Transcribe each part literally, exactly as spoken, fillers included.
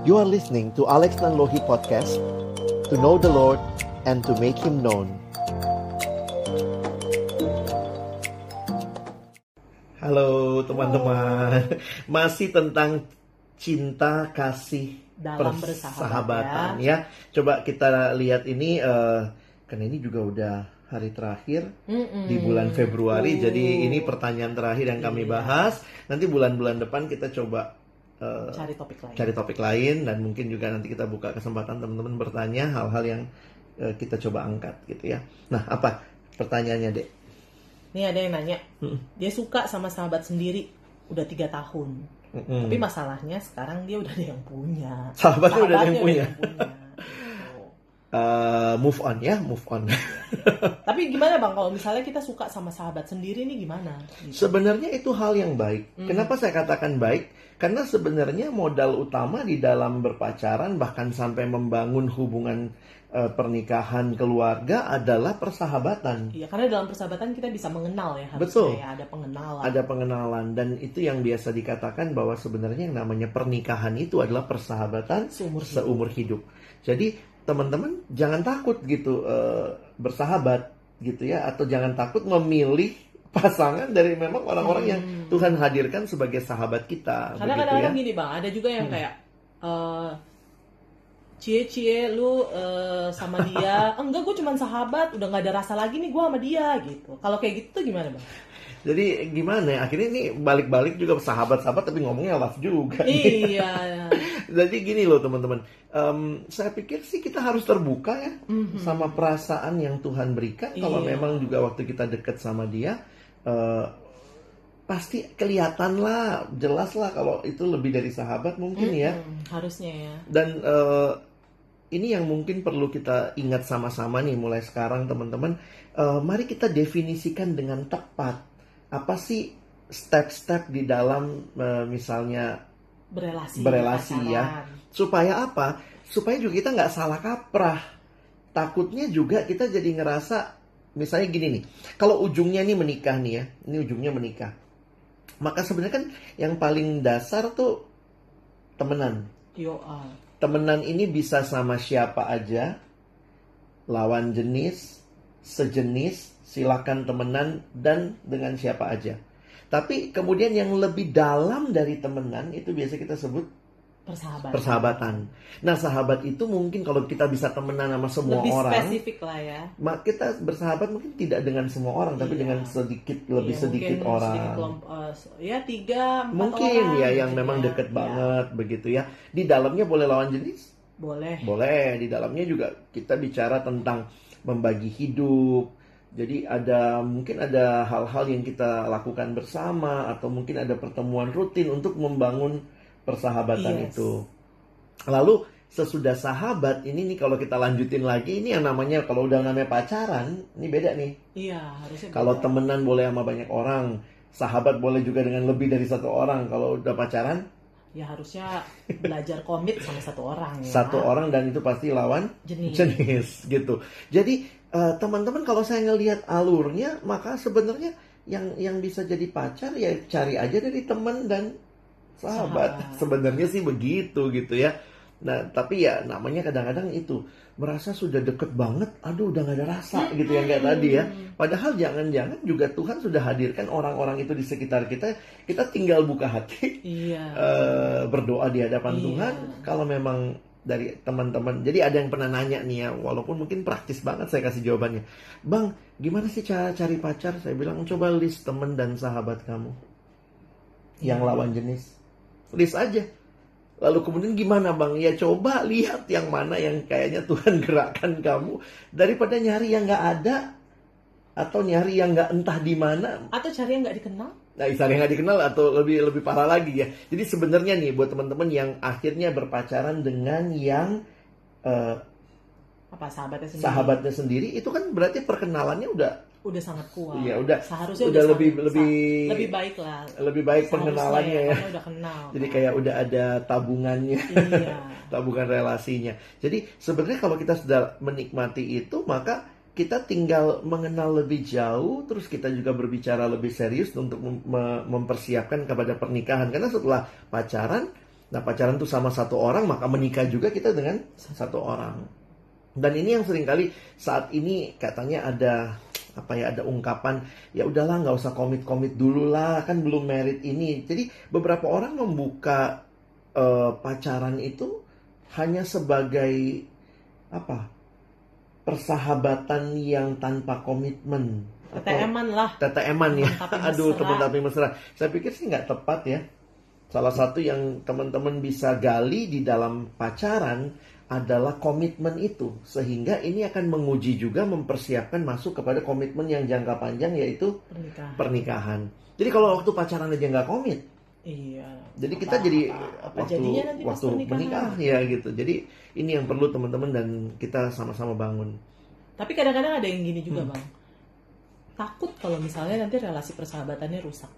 You are listening to Alex Nanlohi Podcast, to know the Lord and to make Him known. Halo teman-teman, masih tentang cinta, kasih, dalam persahabatan ya. Coba kita lihat ini, uh, karena ini juga udah hari terakhir Mm-mm. di bulan Februari, uh. jadi ini pertanyaan terakhir yang kami iya. bahas. Nanti bulan-bulan depan kita coba Uh, cari topik lain. cari topik lain dan mungkin juga nanti kita buka kesempatan teman-teman bertanya hal-hal yang uh, kita coba angkat gitu ya. Nah, apa pertanyaannya, Dek? Nih ada yang nanya, hmm. dia suka sama sahabat sendiri udah tiga tahun, hmm. tapi masalahnya sekarang dia udah ada yang punya. Sahabatnya, Sahabatnya udah ada yang punya. Ada yang punya. Uh, move on ya, move on. Tapi gimana Bang, kalau misalnya kita suka sama sahabat sendiri nih gimana? Gitu. Sebenarnya itu hal yang baik. Hmm. Kenapa saya katakan baik? Karena sebenarnya modal utama di dalam berpacaran bahkan sampai membangun hubungan uh, pernikahan keluarga adalah persahabatan. Iya, karena dalam persahabatan kita bisa mengenal ya. Betul. Ya, ada pengenalan. Ada pengenalan dan itu yang biasa dikatakan bahwa sebenarnya yang namanya pernikahan itu adalah persahabatan seumur hidup. Seumur hidup. Jadi teman-teman jangan takut gitu uh, bersahabat gitu ya, atau jangan takut memilih pasangan dari memang orang-orang hmm. yang Tuhan hadirkan sebagai sahabat kita. Karena kadang-kadang ya. Gini Bang, ada juga yang hmm. kayak uh, cie-cie lu uh, sama dia, enggak gue cuma sahabat, udah nggak ada rasa lagi nih gue sama dia gitu. Kalau kayak gitu tuh gimana Bang? Jadi gimana ya, akhirnya ini balik-balik juga sahabat-sahabat tapi ngomongnya love juga. Iya. Jadi gini loh teman-teman, um, saya pikir sih kita harus terbuka ya mm-hmm. sama perasaan yang Tuhan berikan. Iya. Kalau memang juga waktu kita dekat sama dia, uh, pasti kelihatan lah, jelas lah kalau itu lebih dari sahabat mungkin mm-hmm. ya. Harusnya ya. Dan uh, ini yang mungkin perlu kita ingat sama-sama nih mulai sekarang teman-teman. Uh, mari kita definisikan dengan tepat. Apa sih step-step di dalam uh, misalnya berelasi, berelasi ya, pacaran. Supaya apa? Supaya juga kita nggak salah kaprah. Takutnya juga kita jadi ngerasa, misalnya gini nih, kalau ujungnya nih menikah nih ya, ini ujungnya menikah, maka sebenarnya kan yang paling dasar tuh temenan. Yo, uh. Temenan ini bisa sama siapa aja, lawan jenis, sejenis, silakan temenan dan dengan siapa aja. Tapi kemudian yang lebih dalam dari temenan itu biasa kita sebut persahabatan. persahabatan. Nah, sahabat itu mungkin kalau kita bisa temenan sama semua lebih orang. Lebih spesifik lah ya. Kita bersahabat mungkin tidak dengan semua orang, iya. tapi dengan sedikit, lebih iya, sedikit orang. Sedikit kelompok, uh, ya tiga, empat mungkin orang. ya yang memang ya. deket ya. banget begitu ya. Di dalamnya boleh lawan jenis? Boleh. Boleh. Di dalamnya juga kita bicara tentang membagi hidup. Jadi ada mungkin ada hal-hal yang kita lakukan bersama atau mungkin ada pertemuan rutin untuk membangun persahabatan yes. itu. Lalu sesudah sahabat ini nih kalau kita lanjutin lagi ini yang namanya kalau udah namanya pacaran ini beda nih. Iya, harusnya beda. Kalau temenan boleh sama banyak orang, sahabat boleh juga dengan lebih dari satu orang. Kalau udah pacaran ya harusnya belajar komit sama satu orang ya. Satu orang dan itu pasti lawan jenis, jenis gitu. Jadi Uh, teman-teman kalau saya ngelihat alurnya maka sebenarnya yang yang bisa jadi pacar ya cari aja dari teman dan sahabat. sahabat. Sebenarnya sih begitu gitu ya. Nah tapi ya namanya kadang-kadang itu merasa sudah deket banget, aduh udah gak ada rasa hmm. gitu yang kayak tadi ya. Padahal jangan-jangan juga Tuhan sudah hadirkan orang-orang itu di sekitar kita. Kita tinggal buka hati, iya. uh, berdoa di hadapan iya. Tuhan. Kalau memang dari teman-teman. Jadi ada yang pernah nanya nih ya, walaupun mungkin praktis banget saya kasih jawabannya. Bang, gimana sih cara cari pacar? Saya bilang, coba list teman dan sahabat kamu yang lawan jenis. List aja. Lalu kemudian gimana bang? Ya coba lihat yang mana yang kayaknya Tuhan gerakkan kamu. Daripada nyari yang gak ada, atau nyari yang gak entah di mana. Atau cari yang gak dikenal. Nah, cari yang gak dikenal atau lebih lebih parah lagi ya. Jadi sebenarnya nih buat teman-teman yang akhirnya berpacaran dengan yang uh, apa sahabatnya sendiri. Sahabatnya sendiri itu kan berarti perkenalannya udah udah sangat kuat. Iya, udah. Seharusnya udah, udah lebih sangat, lebih lebih baik lah. Lebih baik pengenalannya ya. Udah kenal. Jadi kayak udah ada tabungannya. Iya. Tabungan relasinya. Jadi sebenarnya kalau kita sudah menikmati itu maka kita tinggal mengenal lebih jauh, terus kita juga berbicara lebih serius untuk mem- mempersiapkan kepada pernikahan. Karena setelah pacaran, Nah, pacaran tuh sama satu orang, maka menikah juga kita dengan satu orang. Dan ini yang seringkali saat ini katanya ada apa ya, ada ungkapan, ya udahlah nggak usah komit-komit dulu lah, kan belum married ini. Jadi beberapa orang membuka uh, pacaran itu hanya sebagai apa, persahabatan yang tanpa komitmen. T T M-an lah. T T M-an ya. Aduh, mesra. teman tapi mesra. Saya pikir sih nggak tepat ya. Salah satu yang teman-teman bisa gali di dalam pacaran adalah komitmen itu. Sehingga ini akan menguji juga, mempersiapkan masuk kepada komitmen yang jangka panjang, yaitu Pernikahan. pernikahan. Jadi kalau waktu pacaran aja nggak komit, iya. jadi Apa- kita jadi apa- apa waktu jadinya nanti pas waktu pernikahan? menikah ya gitu. Jadi ini yang perlu teman-teman dan kita sama-sama bangun. Tapi kadang-kadang ada yang gini Hmm. juga, Bang. Takut kalau misalnya nanti relasi persahabatannya rusak.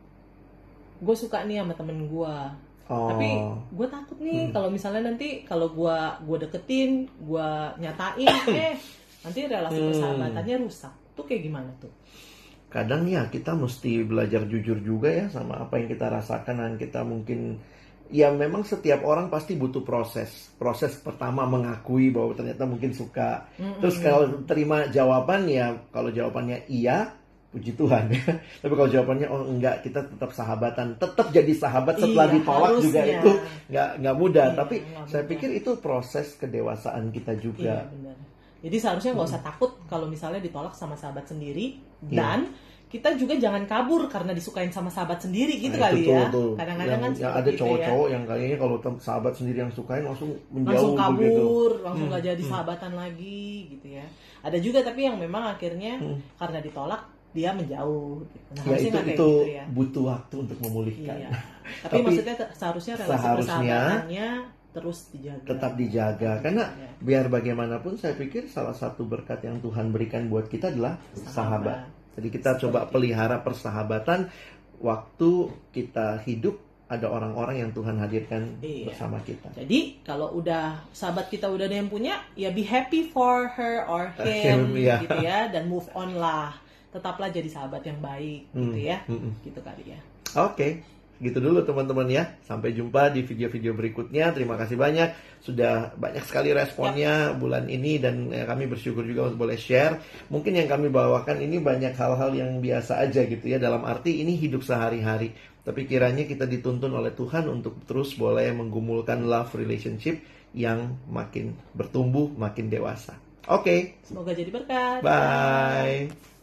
Gue suka nih sama temen gue, Oh. tapi gue takut nih Hmm. kalau misalnya nanti kalau gue gue deketin, gue nyatain, eh nanti relasi Hmm. persahabatannya rusak. Tuh kayak gimana tuh? Kadang ya kita mesti belajar jujur juga ya sama apa yang kita rasakan, dan kita mungkin ya memang setiap orang pasti butuh proses. Proses pertama mengakui bahwa ternyata mungkin suka. Mm-mm. Terus kalau terima jawaban ya, kalau jawabannya iya, puji Tuhan ya. Tapi kalau jawabannya oh enggak, kita tetap sahabatan, tetap jadi sahabat setelah Iya, ditolak juga harusnya. itu nggak nggak mudah. Iya, Tapi nggak saya mudah. pikir itu proses kedewasaan kita Iya juga. benar. Jadi seharusnya nggak Hmm. usah takut kalau misalnya ditolak sama sahabat sendiri, Iya. dan kita juga jangan kabur karena disukain sama sahabat sendiri gitu Nah, kali itu tuh, ya. tuh. Kadang-kadang yang, kan yang seperti ada itu cowok-cowok ya. yang kayaknya kalau tem- sahabat sendiri yang sukain langsung menjauh Langsung begitu. kabur, langsung Hmm, nggak jadi hmm. sahabatan lagi gitu ya. Ada juga tapi yang memang akhirnya Hmm. karena ditolak dia menjauh. Gitu. Nah, Ya harusnya itu nggak kayak itu gitu ya. butuh waktu untuk memulihkan. Iya. Tapi, Tapi maksudnya te- seharusnya relasi seharusnya persahabatannya terus dijaga. Tetap dijaga, karena Ya. biar bagaimanapun saya pikir salah satu berkat yang Tuhan berikan buat kita adalah sahabat. Jadi kita Seperti coba itu. pelihara persahabatan waktu kita hidup, ada orang-orang yang Tuhan hadirkan Iya. bersama kita. Jadi kalau udah sahabat kita udah ada yang punya, ya be happy for her or him Iya. gitu ya, dan move on lah. Tetaplah jadi sahabat yang baik gitu Hmm, ya. hmm, hmm. Gitu kali ya. Oke, gitu dulu teman-teman ya. Sampai jumpa di video-video berikutnya. Terima kasih banyak. Sudah banyak sekali responnya bulan ini, dan eh, kami bersyukur juga untuk boleh share. Mungkin yang kami bawakan ini banyak hal-hal yang biasa aja gitu ya. Dalam arti ini hidup sehari-hari. Tapi kiranya kita dituntun oleh Tuhan untuk terus boleh menggumulkan love relationship yang makin bertumbuh, makin dewasa. Oke, Semoga jadi berkat. bye.